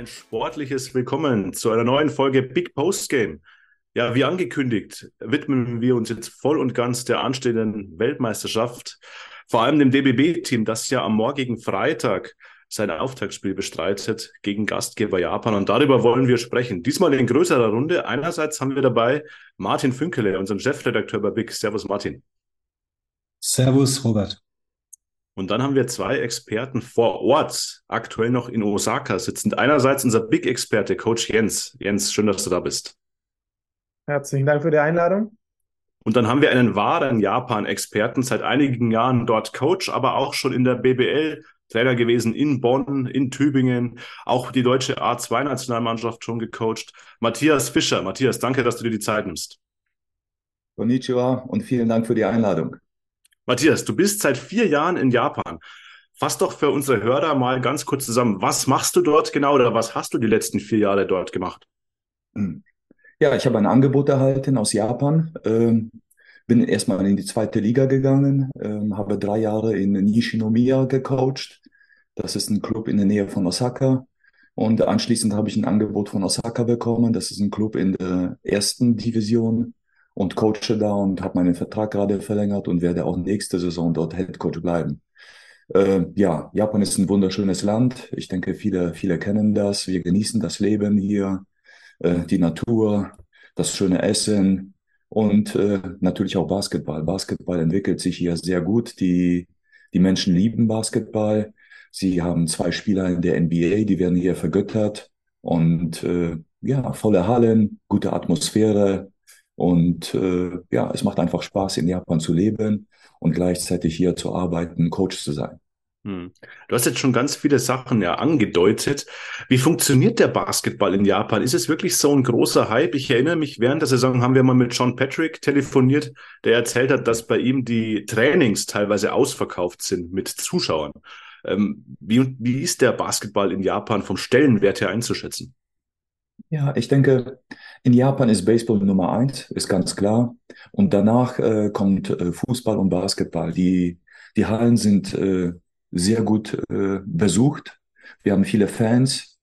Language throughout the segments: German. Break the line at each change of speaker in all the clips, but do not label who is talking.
sportliches Willkommen zu einer neuen Folge Big Post Game. Ja, wie angekündigt, widmen wir uns jetzt voll und ganz der anstehenden Weltmeisterschaft, vor allem dem DBB-Team, das ja am morgigen Freitag sein Auftaktspiel bestreitet gegen Gastgeber Japan. Und darüber wollen wir sprechen. Diesmal in größerer Runde. Einerseits haben wir dabei Martin Fünkele, unseren Chefredakteur bei Big. Servus, Martin.
Servus, Robert.
Und dann haben wir zwei Experten vor Ort, aktuell noch in Osaka sitzend. Einerseits unser Big-Experte, Coach Jens. Jens, schön, dass du da bist.
Herzlichen Dank für die Einladung.
Und dann haben wir einen wahren Japan-Experten, seit einigen Jahren dort Coach, aber auch schon in der BBL Trainer gewesen in Bonn, in Tübingen, auch die deutsche A2-Nationalmannschaft schon gecoacht. Matthias Fischer. Matthias, danke, dass du dir die Zeit nimmst.
Konnichiwa und vielen Dank für die Einladung.
Matthias, du bist seit 4 Jahren in Japan. Fass doch für unsere Hörer mal ganz kurz zusammen. Was machst du dort genau oder was hast du die letzten 4 Jahre dort gemacht?
Ja, ich habe ein Angebot erhalten aus Japan. Bin erstmal in die zweite Liga gegangen, habe 3 Jahre in Nishinomiya gecoacht. Das ist ein Club in der Nähe von Osaka. Und anschließend habe ich ein Angebot von Osaka bekommen. Das ist ein Club in der ersten Division und coache da und habe meinen Vertrag gerade verlängert und werde auch nächste Saison dort Head Coach bleiben. Ja, Japan ist ein wunderschönes Land. Ich denke, viele kennen das. Wir genießen das Leben hier, die Natur, das schöne Essen und natürlich auch Basketball. Basketball entwickelt sich hier sehr gut. Die Menschen lieben Basketball. Sie haben 2 Spieler in der NBA, die werden hier vergöttert. Und ja, volle Hallen, gute Atmosphäre. Und ja, es macht einfach Spaß, in Japan zu leben und gleichzeitig hier zu arbeiten, Coach zu sein.
Du hast jetzt schon ganz viele Sachen ja angedeutet. Wie funktioniert der Basketball in Japan? Ist es wirklich so ein großer Hype? Ich erinnere mich, während der Saison haben wir mal mit John Patrick telefoniert, der erzählt hat, dass bei ihm die Trainings teilweise ausverkauft sind mit Zuschauern. Wie ist der Basketball in Japan vom Stellenwert her einzuschätzen?
Ja, ich denke, in Japan ist Baseball Nummer 1, ist ganz klar. Und danach kommt Fußball und Basketball. Die Hallen sind sehr gut besucht. Wir haben viele Fans.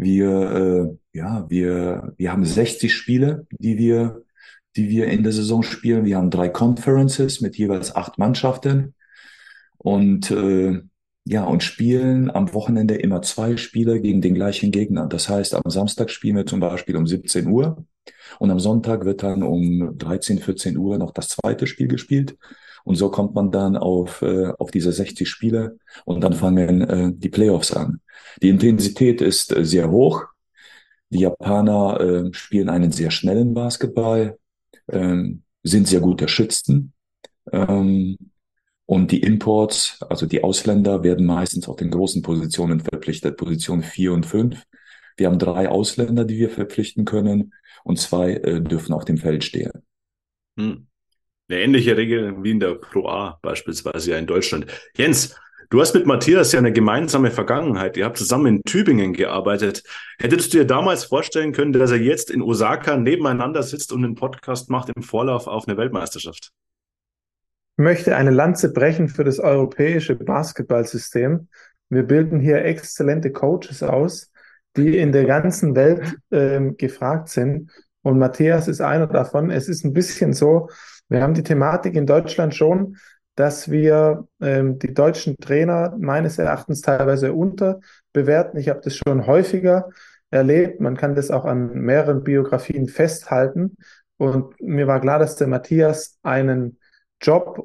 Wir haben 60 Spiele, die wir in der Saison spielen. Wir haben 3 Conferences mit jeweils 8 Mannschaften und ja, und spielen am Wochenende immer 2 Spiele gegen den gleichen Gegner. Das heißt, am Samstag spielen wir zum Beispiel um 17 Uhr und am Sonntag wird dann um 13, 14 Uhr noch das zweite Spiel gespielt. Und so kommt man dann auf diese 60 Spiele und dann fangen die Playoffs an. Die Intensität ist sehr hoch. Die Japaner spielen einen sehr schnellen Basketball, sind sehr gute Schützen. Ähm, und die Imports, also die Ausländer, werden meistens auf den großen Positionen verpflichtet, Position 4 und 5. Wir haben 3 Ausländer, die wir verpflichten können und 2 dürfen auf dem Feld stehen.
Hm. Eine ähnliche Regel wie in der Pro A beispielsweise ja in Deutschland. Jens, du hast mit Matthias ja eine gemeinsame Vergangenheit. Ihr habt zusammen in Tübingen gearbeitet. Hättest du dir damals vorstellen können, dass er jetzt in Osaka nebeneinander sitzt und einen Podcast macht im Vorlauf auf eine Weltmeisterschaft?
Ich möchte eine Lanze brechen für das europäische Basketballsystem. Wir bilden hier exzellente Coaches aus, die in der ganzen Welt gefragt sind. Und Matthias ist einer davon. Es ist ein bisschen so, wir haben die Thematik in Deutschland schon, dass wir die deutschen Trainer meines Erachtens teilweise unterbewerten. Ich habe das schon häufiger erlebt. Man kann das auch an mehreren Biografien festhalten. Und mir war klar, dass der Matthias einen Job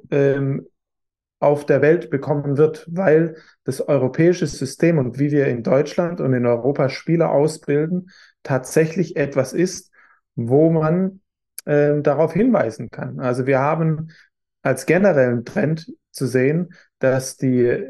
auf der Welt bekommen wird, weil das europäische System und wie wir in Deutschland und in Europa Spieler ausbilden, tatsächlich etwas ist, wo man darauf hinweisen kann. Also wir haben als generellen Trend zu sehen, dass die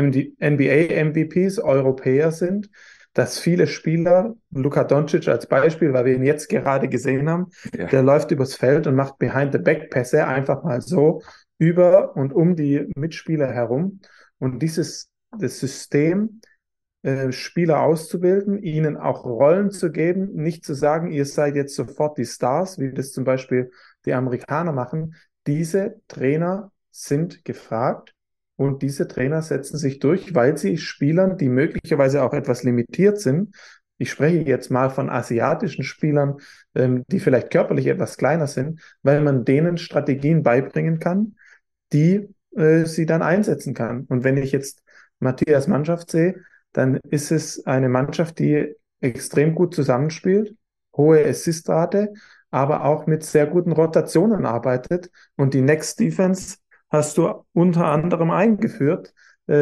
NBA-MVPs Europäer sind, dass viele Spieler, Luka Doncic als Beispiel, weil wir ihn jetzt gerade gesehen haben,
Ja.
der läuft übers Feld und macht Behind-the-Back-Pässe einfach mal so über und um die Mitspieler herum. Und das System, Spieler auszubilden, ihnen auch Rollen zu geben, nicht zu sagen, ihr seid jetzt sofort die Stars, wie das zum Beispiel die Amerikaner machen. Diese Trainer sind gefragt und diese Trainer setzen sich durch, weil sie Spielern, die möglicherweise auch etwas limitiert sind, ich spreche jetzt mal von asiatischen Spielern, die vielleicht körperlich etwas kleiner sind, weil man denen Strategien beibringen kann, die sie dann einsetzen kann. Und wenn ich jetzt Matthias Mannschaft sehe, dann ist es eine Mannschaft, die extrem gut zusammenspielt, hohe Assistrate, aber auch mit sehr guten Rotationen arbeitet. Und die Next Defense hast du unter anderem eingeführt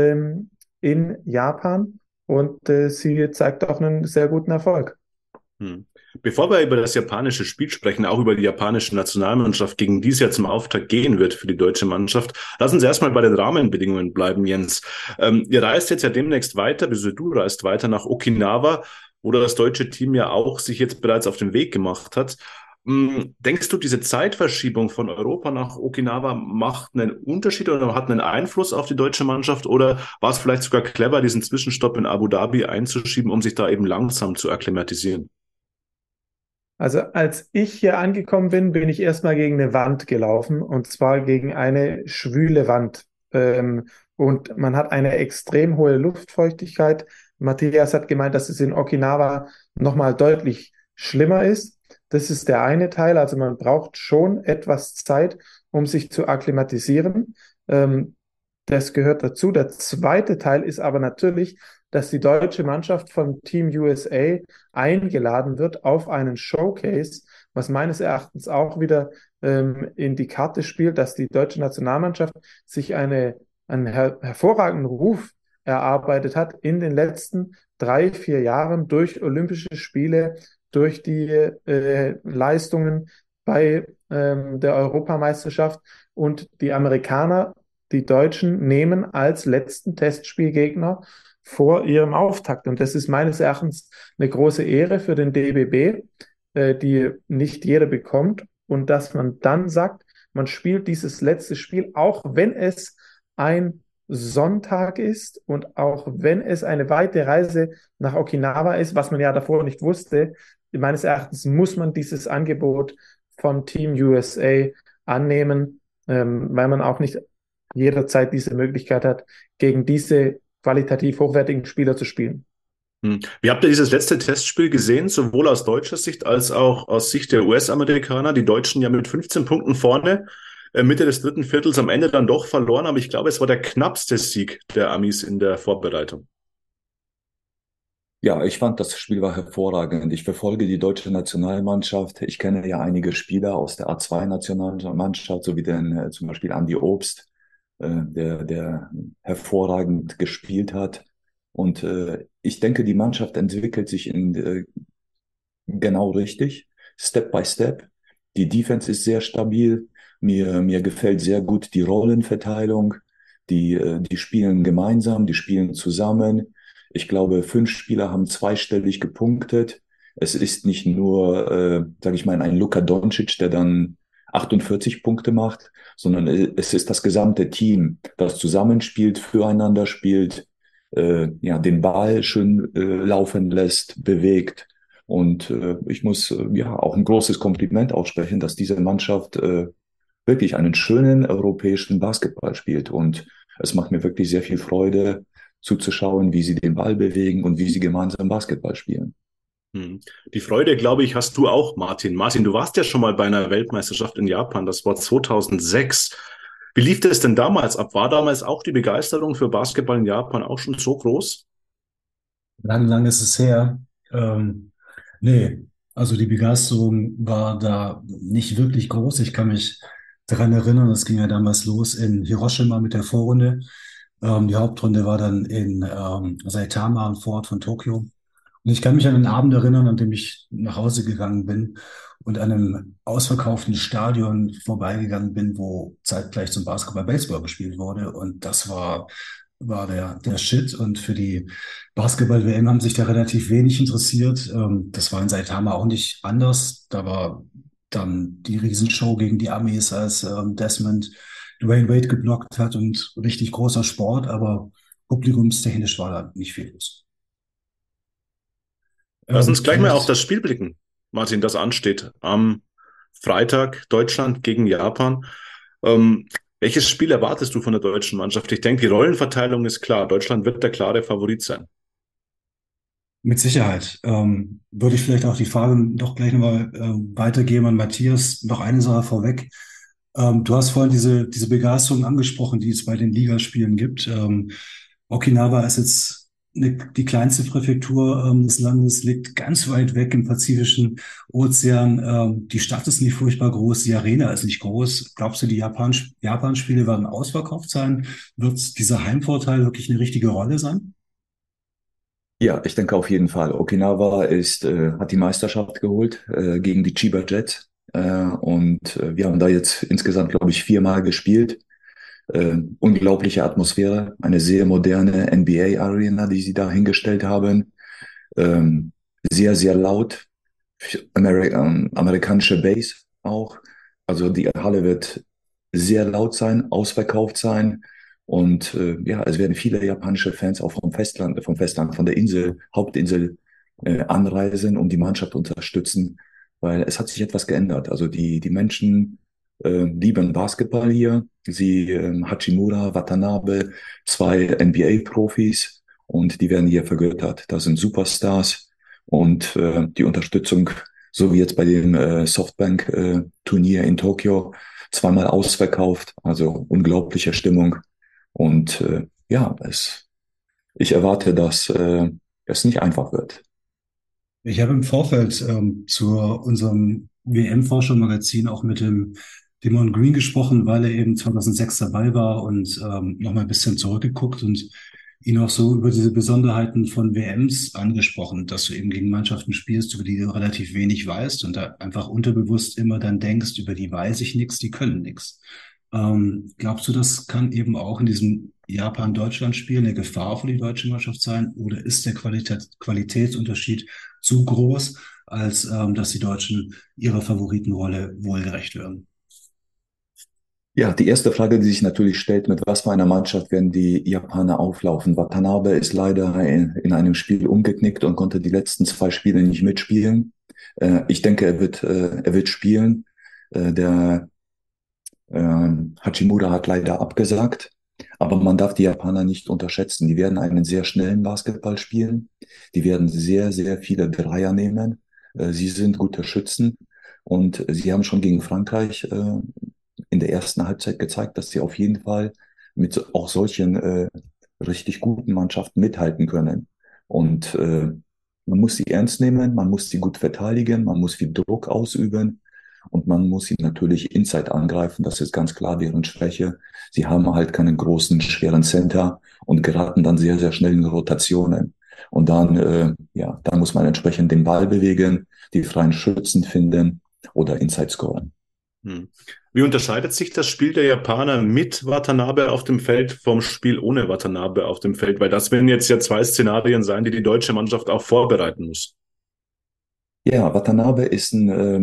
in Japan und sie zeigt auch einen sehr guten Erfolg.
Hm. Bevor wir über das japanische Spiel sprechen, auch über die japanische Nationalmannschaft, gegen die es ja zum Auftakt gehen wird für die deutsche Mannschaft, lassen Sie erstmal bei den Rahmenbedingungen bleiben, Jens. Ihr reist jetzt ja demnächst weiter, beziehungsweise du reist weiter nach Okinawa, wo das deutsche Team ja auch sich jetzt bereits auf den Weg gemacht hat. Denkst du, diese Zeitverschiebung von Europa nach Okinawa macht einen Unterschied oder hat einen Einfluss auf die deutsche Mannschaft, oder war es vielleicht sogar clever, diesen Zwischenstopp in Abu Dhabi einzuschieben, um sich da eben langsam zu akklimatisieren?
Also als ich hier angekommen bin, bin ich erstmal gegen eine Wand gelaufen, und zwar gegen eine schwüle Wand. Und man hat eine extrem hohe Luftfeuchtigkeit. Matthias hat gemeint, dass es in Okinawa nochmal deutlich schlimmer ist. Das ist der eine Teil. Also man braucht schon etwas Zeit, um sich zu akklimatisieren. Das gehört dazu. Der zweite Teil ist aber natürlich, dass die deutsche Mannschaft vom Team USA eingeladen wird auf einen Showcase, was meines Erachtens auch wieder in die Karte spielt, dass die deutsche Nationalmannschaft sich einen hervorragenden Ruf erarbeitet hat in den letzten 3, 4 Jahren durch Olympische Spiele, durch die Leistungen bei der Europameisterschaft, und die Amerikaner, die Deutschen, nehmen als letzten Testspielgegner vor ihrem Auftakt. Und das ist meines Erachtens eine große Ehre für den DBB, die nicht jeder bekommt. Und dass man dann sagt, man spielt dieses letzte Spiel, auch wenn es ein Sonntag ist und auch wenn es eine weite Reise nach Okinawa ist, was man ja davor nicht wusste. Meines Erachtens muss man dieses Angebot vom Team USA annehmen, weil man auch nicht jederzeit diese Möglichkeit hat, gegen diese qualitativ hochwertigen Spieler zu spielen.
Wie habt ihr dieses letzte Testspiel gesehen, sowohl aus deutscher Sicht als auch aus Sicht der US-Amerikaner? Die Deutschen ja mit 15 Punkten vorne, Mitte des dritten Viertels am Ende dann doch verloren, aber ich glaube, es war der knappste Sieg der Amis in der Vorbereitung.
Ja, ich fand, das Spiel war hervorragend. Ich verfolge die deutsche Nationalmannschaft. Ich kenne ja einige Spieler aus der A2-Nationalmannschaft, so wie den zum Beispiel Andi Obst, der hervorragend gespielt hat. Und ich denke, die Mannschaft entwickelt sich genau richtig, Step by Step. Die Defense ist sehr stabil. Mir gefällt sehr gut die Rollenverteilung. Die spielen gemeinsam, die spielen zusammen. Ich glaube, 5 Spieler haben zweistellig gepunktet. Es ist nicht nur, sage ich mal, ein Luka Doncic, der dann 48 Punkte macht, sondern es ist das gesamte Team, das zusammenspielt, füreinander spielt, ja, den Ball schön laufen lässt, bewegt. Und ich muss ja auch ein großes Kompliment aussprechen, dass diese Mannschaft wirklich einen schönen europäischen Basketball spielt. Und es macht mir wirklich sehr viel Freude, zuzuschauen, wie sie den Ball bewegen und wie sie gemeinsam Basketball spielen.
Die Freude, glaube ich, hast du auch, Martin. Martin, du warst ja schon mal bei einer Weltmeisterschaft in Japan, das war 2006. Wie lief das denn damals ab? War damals auch die Begeisterung für Basketball in Japan auch schon so groß?
Lang ist es her. Nee, also die Begeisterung war da nicht wirklich groß. Ich kann mich daran erinnern, das ging ja damals los in Hiroshima mit der Vorrunde. Die Hauptrunde war dann in Saitama, ein Vorort von Tokio. Und ich kann mich an einen Abend erinnern, an dem ich nach Hause gegangen bin und an einem ausverkauften Stadion vorbeigegangen bin, wo zeitgleich zum Basketball Baseball gespielt wurde. Und das war der Shit. Und für die Basketball-WM haben sich da relativ wenig interessiert. Das war in Saitama auch nicht anders. Da war dann die Riesenshow gegen die Amis, als Desmond Dwayne Wade geblockt hat, und richtig großer Sport, aber publikumstechnisch war da nicht viel los.
Lass uns gleich mal auf
Vielleicht,
das Spiel blicken, Martin, das ansteht. Am Freitag Deutschland gegen Japan. Welches Spiel erwartest du von der deutschen Mannschaft? Ich denke, die Rollenverteilung ist klar. Deutschland wird der klare Favorit sein.
Mit Sicherheit. Würde ich vielleicht auch die Frage doch gleich nochmal weitergeben an Matthias. Noch eine Sache vorweg. Du hast vorhin diese Begeisterung angesprochen, die es bei den Ligaspielen gibt. Okinawa ist jetzt die kleinste Präfektur des Landes, liegt ganz weit weg im Pazifischen Ozean. Die Stadt ist nicht furchtbar groß, die Arena ist nicht groß. Glaubst du, die Japan-Spiele werden ausverkauft sein? Wird dieser Heimvorteil wirklich eine richtige Rolle sein?
Ja, ich denke auf jeden Fall. Okinawa hat die Meisterschaft geholt gegen die Chiba Jets. Wir haben da jetzt insgesamt, glaube ich, 4-mal gespielt. Unglaubliche Atmosphäre, eine sehr moderne NBA-Arena, die sie da hingestellt haben. Ähm, Sehr, sehr laut. Amerikanische Bass auch. Also die Halle wird sehr laut sein, ausverkauft sein. Ja, es werden viele japanische Fans auch vom Festland, von der Insel, Hauptinsel anreisen, um die Mannschaft unterstützen, weil es hat sich etwas geändert. Also die Menschen lieben Basketball hier. Hachimura, Watanabe, 2 NBA-Profis und die werden hier vergöttert. Das sind Superstars die Unterstützung, so wie jetzt bei dem Softbank-Turnier in Tokio, 2-mal ausverkauft. Also unglaubliche Stimmung. Ja, ich erwarte, dass es nicht einfach wird.
Ich habe im Vorfeld zu unserem WM-Vorschau-Magazin auch mit dem Damon Green gesprochen, weil er eben 2006 dabei war und noch mal ein bisschen zurückgeguckt und ihn auch so über diese Besonderheiten von WMs angesprochen, dass du eben gegen Mannschaften spielst, über die du relativ wenig weißt und da einfach unterbewusst immer dann denkst, über die weiß ich nichts, die können nichts. Glaubst du, das kann eben auch in diesem Japan-Deutschland-Spiel eine Gefahr für die deutsche Mannschaft sein? Oder ist der Qualitätsunterschied zu groß, als dass die Deutschen ihrer Favoritenrolle wohl gerecht werden?
Ja, die erste Frage, die sich natürlich stellt, mit was für einer Mannschaft werden die Japaner auflaufen? Watanabe ist leider in einem Spiel umgeknickt und konnte die letzten 2 Spiele nicht mitspielen. Ich denke, er wird spielen. Der Hachimura hat leider abgesagt, aber man darf die Japaner nicht unterschätzen. Die werden einen sehr schnellen Basketball spielen. Die werden sehr, sehr viele Dreier nehmen. Sie sind gute Schützen und sie haben schon gegen Frankreich in der ersten Halbzeit gezeigt, dass sie auf jeden Fall mit auch solchen richtig guten Mannschaften mithalten können. Man muss sie ernst nehmen, man muss sie gut verteidigen, man muss viel Druck ausüben. Und man muss sie natürlich inside angreifen. Das ist ganz klar deren Schwäche. Sie haben halt keinen großen, schweren Center und geraten dann sehr, sehr schnell in Rotationen. Und dann muss man entsprechend den Ball bewegen, die freien Schützen finden oder inside scoren.
Hm. Wie unterscheidet sich das Spiel der Japaner mit Watanabe auf dem Feld vom Spiel ohne Watanabe auf dem Feld? Weil das werden jetzt ja 2 Szenarien sein, die die deutsche Mannschaft auch vorbereiten muss.
Ja, Watanabe ist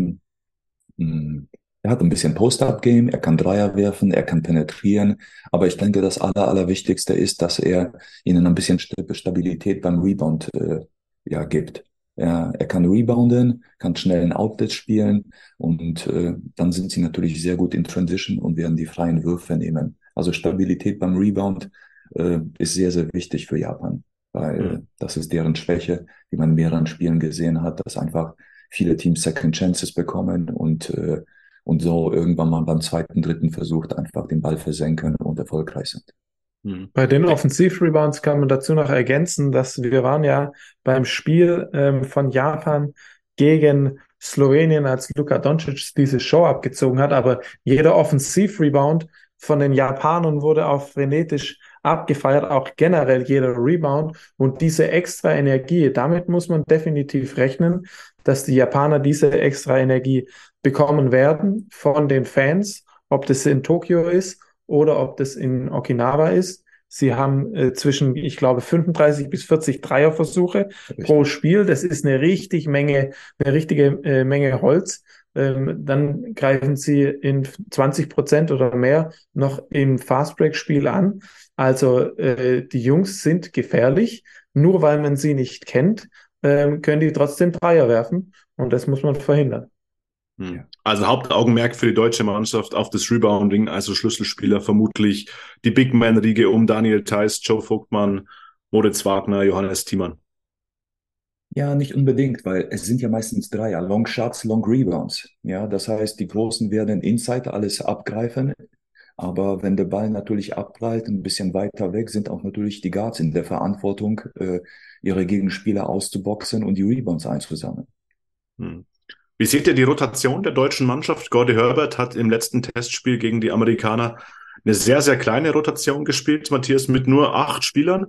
er hat ein bisschen Post-Up-Game, er kann Dreier werfen, er kann penetrieren, aber ich denke, das Allerwichtigste ist, dass er ihnen ein bisschen Stabilität beim Rebound gibt. Er kann rebounden, kann schnell ein Outlet spielen dann sind sie natürlich sehr gut in Transition und werden die freien Würfe nehmen. Also Stabilität beim Rebound ist sehr, sehr wichtig für Japan, weil das ist deren Schwäche, die man in mehreren Spielen gesehen hat, dass einfach viele Teams Second Chances bekommen und so irgendwann mal beim 2., 3. Versuch einfach den Ball versenken und erfolgreich sind.
Bei den Offensivrebounds kann man dazu noch ergänzen, dass wir waren ja beim Spiel von Japan gegen Slowenien, als Luka Doncic diese Show abgezogen hat, aber jeder Offensivrebound von den Japanern wurde auch frenetisch abgefeiert, auch generell jeder Rebound und diese extra Energie, damit muss man definitiv rechnen, dass die Japaner diese extra Energie bekommen werden von den Fans, ob das in Tokio ist oder ob das in Okinawa ist. Sie haben ich glaube, 35 bis 40 Dreierversuche pro Spiel. Das ist eine richtige Menge Holz. Dann greifen sie in 20% oder mehr noch im Fastbreak-Spiel an. Also die Jungs sind gefährlich. Nur weil man sie nicht kennt, können die trotzdem Dreier werfen. Und das muss man verhindern.
Also Hauptaugenmerk für die deutsche Mannschaft auf das Rebounding, also Schlüsselspieler vermutlich die Big Man-Riege um Daniel Theis, Joe Vogtmann, Moritz Wagner, Johannes Thiemann.
Ja, nicht unbedingt, weil es sind ja meistens Dreier, Long Shots, Long Rebounds. Ja, das heißt, die Großen werden Inside alles abgreifen, aber wenn der Ball natürlich abprallt, ein bisschen weiter weg, sind auch natürlich die Guards in der Verantwortung, ihre Gegenspieler auszuboxen und die Rebounds einzusammeln.
Hm. Wie seht ihr die Rotation der deutschen Mannschaft? Gordy Herbert hat im letzten Testspiel gegen die Amerikaner eine sehr, sehr kleine Rotation gespielt, Matthias, mit nur 8 Spielern.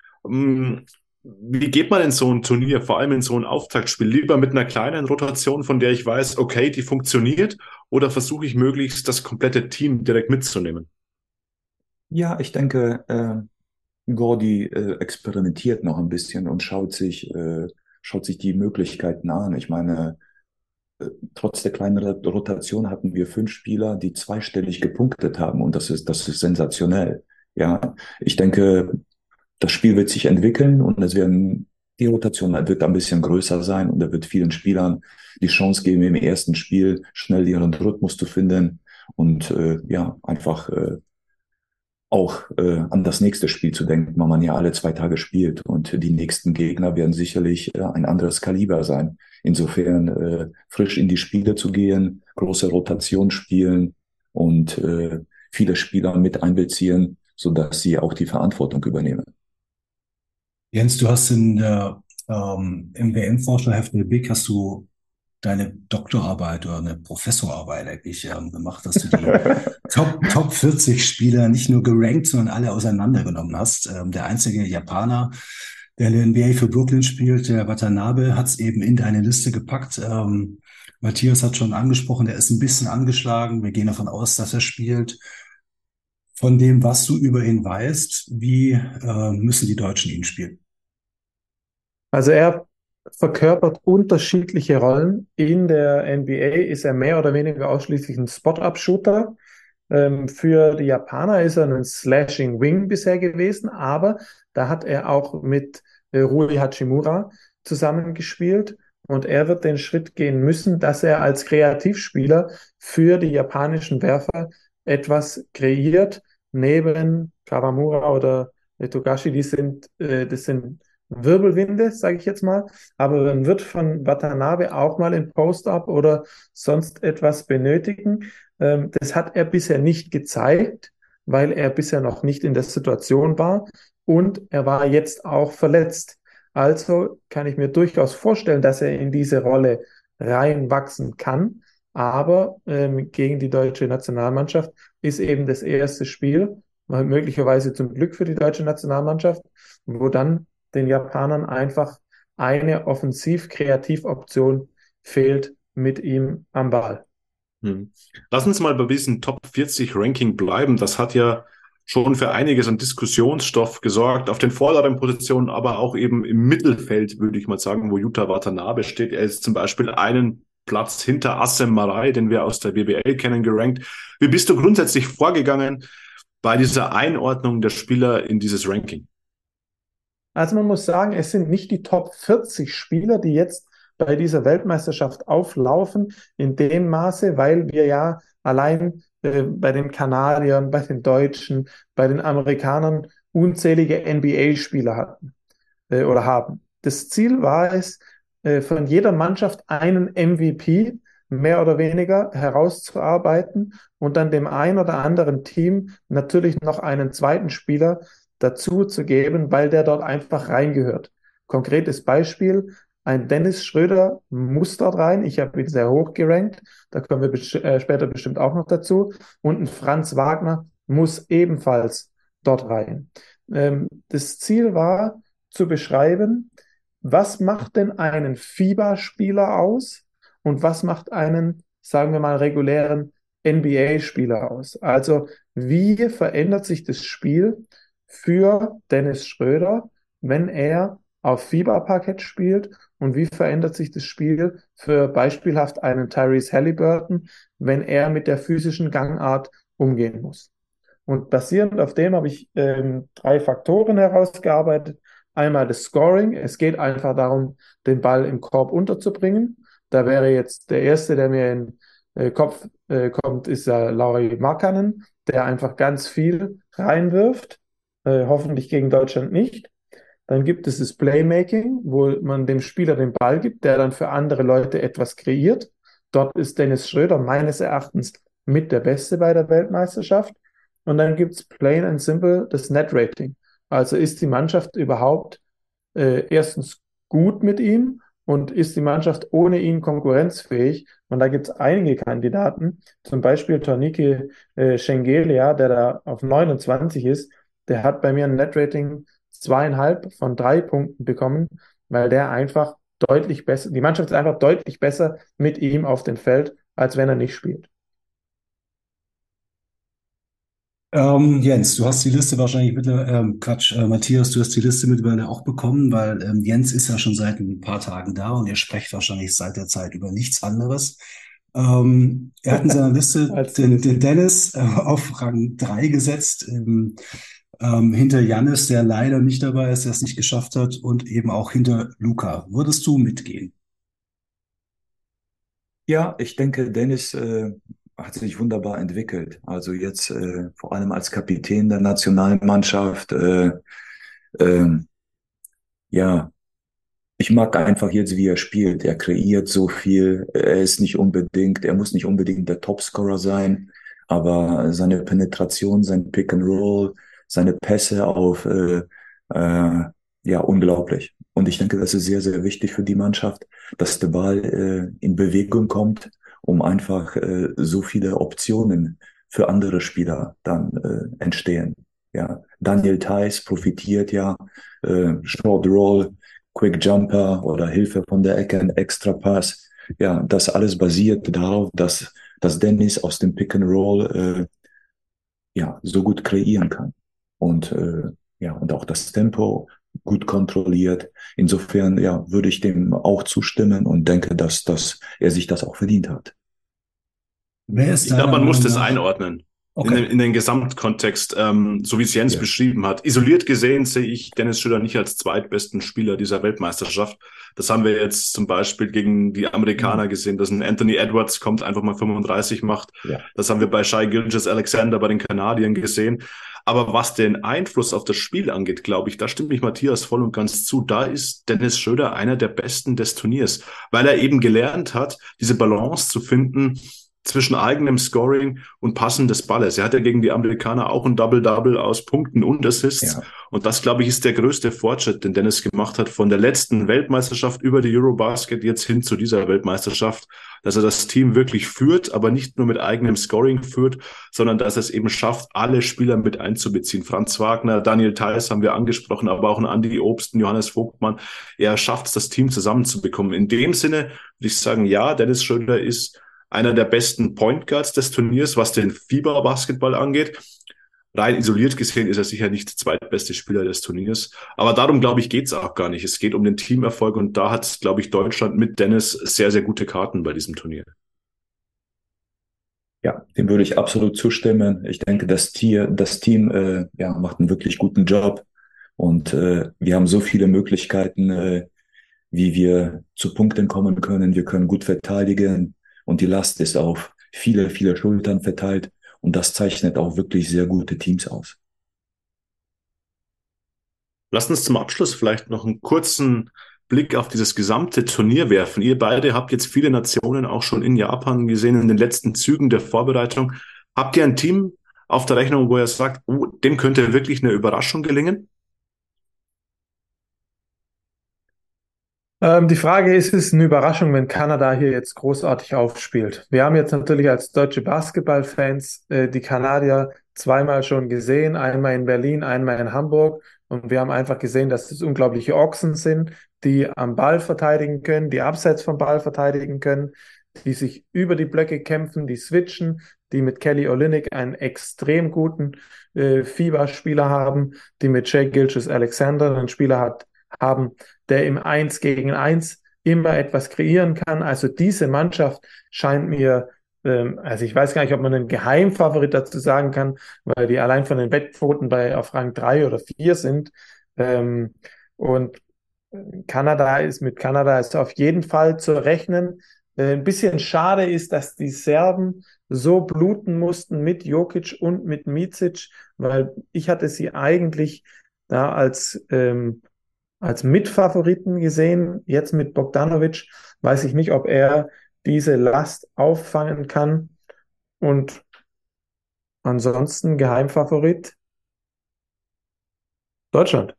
Wie geht man in so ein Turnier, vor allem in so ein Auftaktspiel? Lieber mit einer kleinen Rotation, von der ich weiß, okay, die funktioniert, oder versuche ich möglichst das komplette Team direkt mitzunehmen?
Ja, ich denke, Gordy experimentiert noch ein bisschen und schaut sich die Möglichkeiten an. Ich meine, trotz der kleinen Rotation hatten wir 5 Spieler, die zweistellig gepunktet haben und das ist sensationell. Ja, ich denke, das Spiel wird sich entwickeln und die Rotation wird ein bisschen größer sein und er wird vielen Spielern die Chance geben, im ersten Spiel schnell ihren Rhythmus zu finden und ja, einfach auch an das nächste Spiel zu denken, weil man ja alle 2 Tage spielt und die nächsten Gegner werden sicherlich ein anderes Kaliber sein. Insofern frisch in die Spiele zu gehen, große Rotation spielen und viele Spieler mit einbeziehen, sodass sie auch die Verantwortung übernehmen.
Jens, du hast im WM-Vorschauheft der BIC hast du deine Doktorarbeit oder eine Professorarbeit eigentlich gemacht, dass du die Top 40 Spieler nicht nur gerankt, sondern alle auseinandergenommen hast. Der einzige Japaner, der in der NBA für Brooklyn spielt, der Watanabe, hat es eben in deine Liste gepackt. Matthias hat schon angesprochen, der ist ein bisschen angeschlagen. Wir gehen davon aus, dass er spielt. Von dem, was du über ihn weißt, wie müssen die Deutschen ihn spielen?
Also er verkörpert unterschiedliche Rollen. In der NBA ist er mehr oder weniger ausschließlich ein Spot-Up-Shooter. Für die Japaner ist er ein Slashing Wing bisher gewesen, aber da hat er auch mit Rui Hachimura zusammengespielt und er wird den Schritt gehen müssen, dass er als Kreativspieler für die japanischen Werfer etwas kreiert, neben Kawamura oder Togashi, das sind Wirbelwinde, sage ich jetzt mal, aber man wird von Watanabe auch mal in Post-Up oder sonst etwas benötigen. Das hat er bisher nicht gezeigt, weil er bisher noch nicht in der Situation war und er war jetzt auch verletzt. Also kann ich mir durchaus vorstellen, dass er in diese Rolle reinwachsen kann, aber gegen die deutsche Nationalmannschaft ist eben das erste Spiel, möglicherweise zum Glück für die deutsche Nationalmannschaft, wo dann den Japanern einfach eine Offensiv-Kreativ-Option fehlt mit ihm am Ball.
Hm. Lass uns mal bei diesem Top 40 Ranking bleiben. Das hat ja schon für einiges an Diskussionsstoff gesorgt, auf den vorderen Positionen, aber auch eben im Mittelfeld, würde ich mal sagen, wo Yuta Watanabe steht. Er ist zum Beispiel einen Platz hinter Assem Marai, den wir aus der BBL kennen, gerankt. Wie bist du grundsätzlich vorgegangen bei dieser Einordnung der Spieler in dieses Ranking?
Also man muss sagen, es sind nicht die Top 40 Spieler, die jetzt bei dieser Weltmeisterschaft auflaufen, in dem Maße, weil wir ja allein bei den Kanadiern, bei den Deutschen, bei den Amerikanern unzählige NBA-Spieler hatten oder haben. Das Ziel war es, von jeder Mannschaft einen MVP mehr oder weniger herauszuarbeiten und dann dem ein oder anderen Team natürlich noch einen zweiten Spieler dazu zu geben, weil der dort einfach reingehört. Konkretes Beispiel, ein Dennis Schröder muss dort rein. Ich habe ihn sehr hoch gerankt. Da kommen wir später bestimmt auch noch dazu. Und ein Franz Wagner muss ebenfalls dort rein. Das Ziel war zu beschreiben, was macht denn einen FIBA-Spieler aus und was macht einen, sagen wir mal, regulären NBA-Spieler aus? Also wie verändert sich das Spiel für Dennis Schröder, wenn er auf FIBA-Parkett spielt und wie verändert sich das Spiel für beispielhaft einen Tyrese Halliburton, wenn er mit der physischen Gangart umgehen muss. Und basierend auf dem habe ich 3 Faktoren herausgearbeitet. Einmal das Scoring. Es geht einfach darum, den Ball im Korb unterzubringen. Da wäre jetzt der erste, der mir in den Kopf kommt, ist Lauri Markkanen, der einfach ganz viel reinwirft. Hoffentlich gegen Deutschland nicht. Dann gibt es das Playmaking, wo man dem Spieler den Ball gibt, der dann für andere Leute etwas kreiert. Dort ist Dennis Schröder meines Erachtens mit der Beste bei der Weltmeisterschaft. Und dann gibt es plain and simple das Net-Rating. Also ist die Mannschaft überhaupt erstens gut mit ihm und ist die Mannschaft ohne ihn konkurrenzfähig? Und da gibt es einige Kandidaten, zum Beispiel Tornike Schengelia, der da auf 29 ist, der hat bei mir ein Net-Rating 2,5 von 3 Punkten bekommen, weil der einfach deutlich besser, die Mannschaft ist einfach deutlich besser mit ihm auf dem Feld, als wenn er nicht spielt.
Jens, du hast die Liste wahrscheinlich Matthias, du hast die Liste mittlerweile auch bekommen, weil Jens ist ja schon seit ein paar Tagen da und ihr sprecht wahrscheinlich seit der Zeit über nichts anderes. Er hat in seiner Liste den Dennis auf Rang 3 gesetzt, hinter Jannis, der leider nicht dabei ist, der es nicht geschafft hat, und eben auch hinter Luka. Würdest du mitgehen?
Ja, ich denke, Dennis hat sich wunderbar entwickelt. Also jetzt vor allem als Kapitän der Nationalmannschaft. Ja, ich mag einfach jetzt, wie er spielt. Er kreiert so viel. Er muss nicht unbedingt der Topscorer sein, aber seine Penetration, sein Pick and Roll, seine Pässe ja, unglaublich. Und ich denke, das ist sehr, sehr wichtig für die Mannschaft, dass der Ball in Bewegung kommt, um einfach so viele Optionen für andere Spieler dann entstehen. Ja, Daniel Theis profitiert ja, Short Roll, Quick Jumper oder Hilfe von der Ecke, ein Extra Pass. Ja, das alles basiert darauf, dass Dennis aus dem Pick and Roll ja so gut kreieren kann. Und ja, und auch das Tempo gut kontrolliert. Insofern, ja, würde ich dem auch zustimmen und denke, dass er sich das auch verdient hat.
Wer ist
Ich glaube, man muss das
nach?
einordnen.
Okay.
In den Gesamtkontext, so wie es Jens beschrieben hat. Isoliert gesehen sehe ich Dennis Schröder nicht als zweitbesten Spieler dieser Weltmeisterschaft. Das haben wir jetzt zum Beispiel gegen die Amerikaner gesehen, dass ein Anthony Edwards kommt, einfach mal 35 macht.
Ja.
Das haben wir bei Shai Gilgeous-Alexander bei den Kanadiern gesehen. Aber was den Einfluss auf das Spiel angeht, glaube ich, da stimmt mich Matthias voll und ganz zu. Da ist Dennis Schröder einer der Besten des Turniers, weil er eben gelernt hat, diese Balance zu finden zwischen eigenem Scoring und Passen des Balles. Er hat ja gegen die Amerikaner auch ein Double-Double aus Punkten und Assists.
Ja.
Und das, glaube ich, ist der größte Fortschritt, den Dennis gemacht hat von der letzten Weltmeisterschaft über die Eurobasket jetzt hin zu dieser Weltmeisterschaft, dass er das Team wirklich führt, aber nicht nur mit eigenem Scoring führt, sondern dass er es eben schafft, alle Spieler mit einzubeziehen. Franz Wagner, Daniel Theis haben wir angesprochen, aber auch ein Andi Obst, ein Johannes Vogtmann. Er schafft es, das Team zusammenzubekommen. In dem Sinne würde ich sagen, ja, Dennis Schröder ist einer der besten Point Guards des Turniers, was den FIBA-Basketball angeht. Rein isoliert gesehen ist er sicher nicht der zweitbeste Spieler des Turniers. Aber darum, glaube ich, geht es auch gar nicht. Es geht um den Teamerfolg und da hat, glaube ich, Deutschland mit Dennis sehr, sehr gute Karten bei diesem Turnier.
Ja, dem würde ich absolut zustimmen. Ich denke, das Team ja, macht einen wirklich guten Job und wir haben so viele Möglichkeiten, wie wir zu Punkten kommen können. Wir können gut verteidigen. Und die Last ist auf viele, viele Schultern verteilt. Und das zeichnet auch wirklich sehr gute Teams aus.
Lasst uns zum Abschluss vielleicht noch einen kurzen Blick auf dieses gesamte Turnier werfen. Ihr beide habt jetzt viele Nationen auch schon in Japan gesehen, in den letzten Zügen der Vorbereitung. Habt ihr ein Team auf der Rechnung, wo ihr sagt, oh, dem könnte wirklich eine Überraschung gelingen?
Die Frage ist, ist es eine Überraschung, wenn Kanada hier jetzt großartig aufspielt? Wir haben jetzt natürlich als deutsche Basketballfans die Kanadier zweimal schon gesehen, einmal in Berlin, einmal in Hamburg. Und wir haben einfach gesehen, dass das unglaubliche Ochsen sind, die am Ball verteidigen können, die abseits vom Ball verteidigen können, die sich über die Blöcke kämpfen, die switchen, die mit Kelly Olynyk einen extrem guten FIBA-Spieler haben, die mit Shai Gilgeous-Alexander einen Spieler haben, der im 1 gegen 1 immer etwas kreieren kann. Also diese Mannschaft scheint mir, also ich weiß gar nicht, ob man einen Geheimfavorit dazu sagen kann, weil die allein von den Wettquoten auf Rang 3 oder 4 sind. Und mit Kanada ist auf jeden Fall zu rechnen. Ein bisschen schade ist, dass die Serben so bluten mussten mit Jokic und mit Micic, weil ich hatte sie eigentlich da als als Mitfavoriten gesehen. Jetzt mit Bogdanovic weiß ich nicht, ob er diese Last auffangen kann. Und ansonsten Geheimfavorit Deutschland.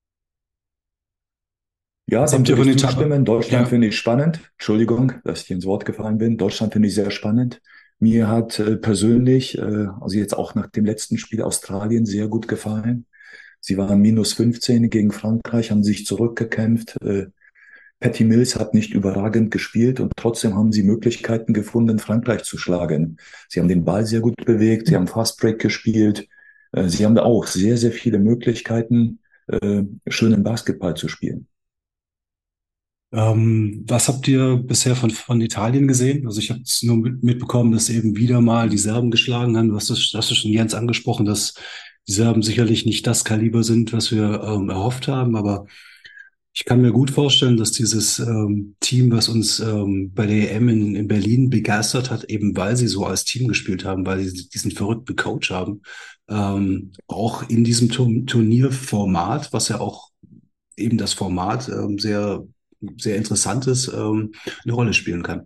Ja,
Was
dem
habt ihr
würde
von
ich
Italien?
zustimmen. Deutschland
Ja.
finde ich spannend. Entschuldigung, dass ich ins Wort gefallen bin. Deutschland finde ich sehr spannend. Mir hat persönlich, also jetzt auch nach dem letzten Spiel Australien sehr gut gefallen. Sie waren -15 gegen Frankreich, haben sich zurückgekämpft. Patty Mills hat nicht überragend gespielt und trotzdem haben sie Möglichkeiten gefunden, Frankreich zu schlagen. Sie haben den Ball sehr gut bewegt, sie haben Fastbreak gespielt. Sie haben da auch sehr, sehr viele Möglichkeiten, schönen Basketball zu spielen.
Was habt ihr bisher von Italien gesehen? Also ich habe es nur mitbekommen, dass eben wieder mal die Serben geschlagen haben. Du hast schon Jens angesprochen, dass die Serben sicherlich nicht das Kaliber sind, was wir erhofft haben. Aber ich kann mir gut vorstellen, dass dieses Team, was uns bei der EM in Berlin begeistert hat, eben weil sie so als Team gespielt haben, weil sie diesen verrückten Coach haben, auch in diesem Turnierformat, was ja auch eben das Format sehr interessantes eine Rolle spielen kann.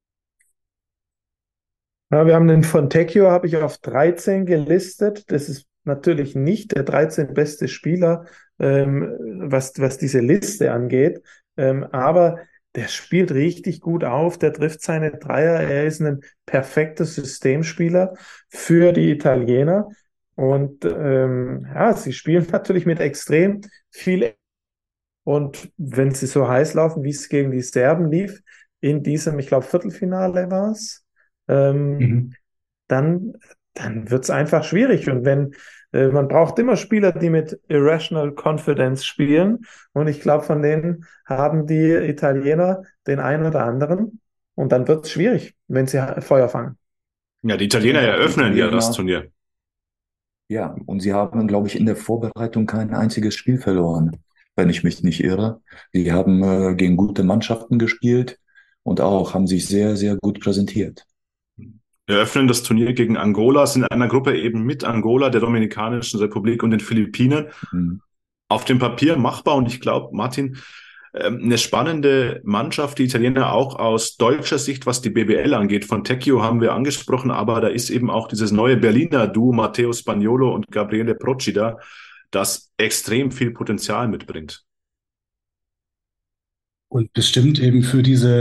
Ja, wir haben den Fontecchio, habe ich auf 13 gelistet. Das ist natürlich nicht der 13 beste Spieler, was diese Liste angeht. Aber der spielt richtig gut auf, der trifft seine Dreier. Er ist ein perfekter Systemspieler für die Italiener. Und ja, sie spielen natürlich mit extrem viel. Und wenn sie so heiß laufen, wie es gegen die Serben lief, in diesem, ich glaube, Viertelfinale war es, ähm,
Mhm.
dann, dann wird es einfach schwierig. Und wenn man braucht immer Spieler, die mit Irrational Confidence spielen. Und ich glaube, von denen haben die Italiener den einen oder anderen. Und dann wird es schwierig, wenn sie Feuer fangen.
Ja, die Italiener
Ja, die
eröffnen ja das
Italiener,
Turnier.
ja, und sie haben, glaube ich, in der Vorbereitung kein einziges Spiel verloren, wenn ich mich nicht irre. Sie haben gegen gute Mannschaften gespielt und auch haben sich sehr, sehr gut präsentiert.
Eröffnen das Turnier gegen Angola, sind in einer Gruppe eben mit Angola, der Dominikanischen Republik und den Philippinen.
Mhm.
Auf dem Papier machbar und ich glaube, Martin, eine spannende Mannschaft, die Italiener auch aus deutscher Sicht, was die BBL angeht. Von Tecchio haben wir angesprochen, aber da ist eben auch dieses neue Berliner Duo, Matteo Spagnolo und Gabriele Procida, das extrem viel Potenzial mitbringt.
Und bestimmt eben für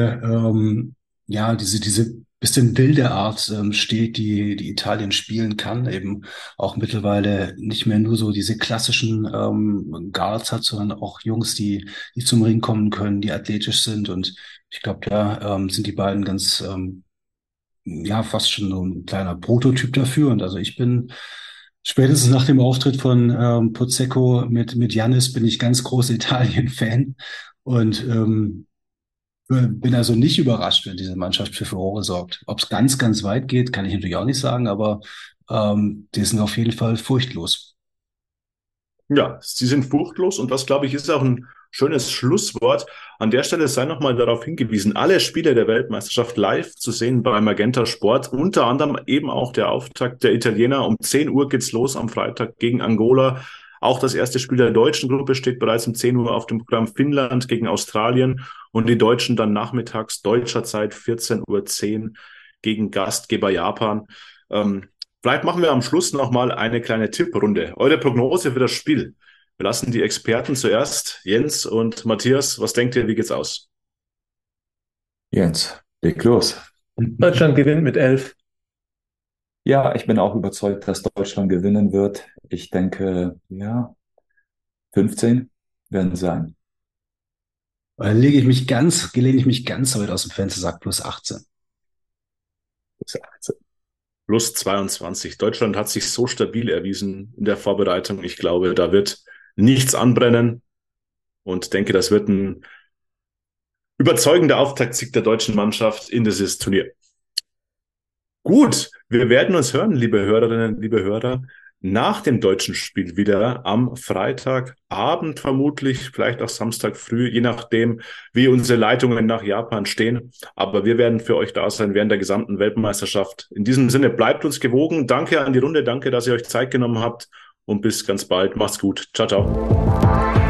diese bisschen wilde Art steht, die Italien spielen kann, eben auch mittlerweile nicht mehr nur so diese klassischen Guards hat, sondern auch Jungs, die zum Ring kommen können, die athletisch sind. Und ich glaube, da sind die beiden ganz, ja, fast schon so ein kleiner Prototyp dafür. Und also ich bin spätestens nach dem Auftritt von Pozzecco mit Giannis bin ich ganz großer Italien-Fan. Und bin also nicht überrascht, wenn diese Mannschaft für Furore sorgt. Ob es ganz, ganz weit geht, kann ich natürlich auch nicht sagen, aber die sind auf jeden Fall furchtlos.
Ja, sie sind furchtlos und das, glaube ich, ist auch ein schönes Schlusswort. An der Stelle sei nochmal darauf hingewiesen, alle Spiele der Weltmeisterschaft live zu sehen bei Magenta Sport, unter anderem eben auch der Auftakt der Italiener. Um 10 Uhr geht's los am Freitag gegen Angola. Auch das erste Spiel der deutschen Gruppe steht bereits um 10 Uhr auf dem Programm, Finnland gegen Australien und die Deutschen dann nachmittags deutscher Zeit 14:10 Uhr gegen Gastgeber Japan. Vielleicht machen wir am Schluss nochmal eine kleine Tipprunde. Eure Prognose für das Spiel. Wir lassen die Experten zuerst. Jens und Matthias, was denkt ihr, wie geht's aus?
Jens, leg los.
Deutschland gewinnt mit 11.
Ja, ich bin auch überzeugt, dass Deutschland gewinnen wird. Ich denke, ja, 15 werden es sein.
Lehne ich mich ganz weit aus dem Fenster, sag +18.
Plus 22. Deutschland hat sich so stabil erwiesen in der Vorbereitung. Ich glaube, da wird nichts anbrennen und denke, das wird ein überzeugender Auftaktsieg der deutschen Mannschaft in dieses Turnier. Gut, wir werden uns hören, liebe Hörerinnen, liebe Hörer, nach dem deutschen Spiel wieder am Freitagabend vermutlich, vielleicht auch Samstag früh, je nachdem, wie unsere Leitungen nach Japan stehen. Aber wir werden für euch da sein während der gesamten Weltmeisterschaft. In diesem Sinne, bleibt uns gewogen. Danke an die Runde, danke, dass ihr euch Zeit genommen habt und bis ganz bald. Macht's gut. Ciao, ciao.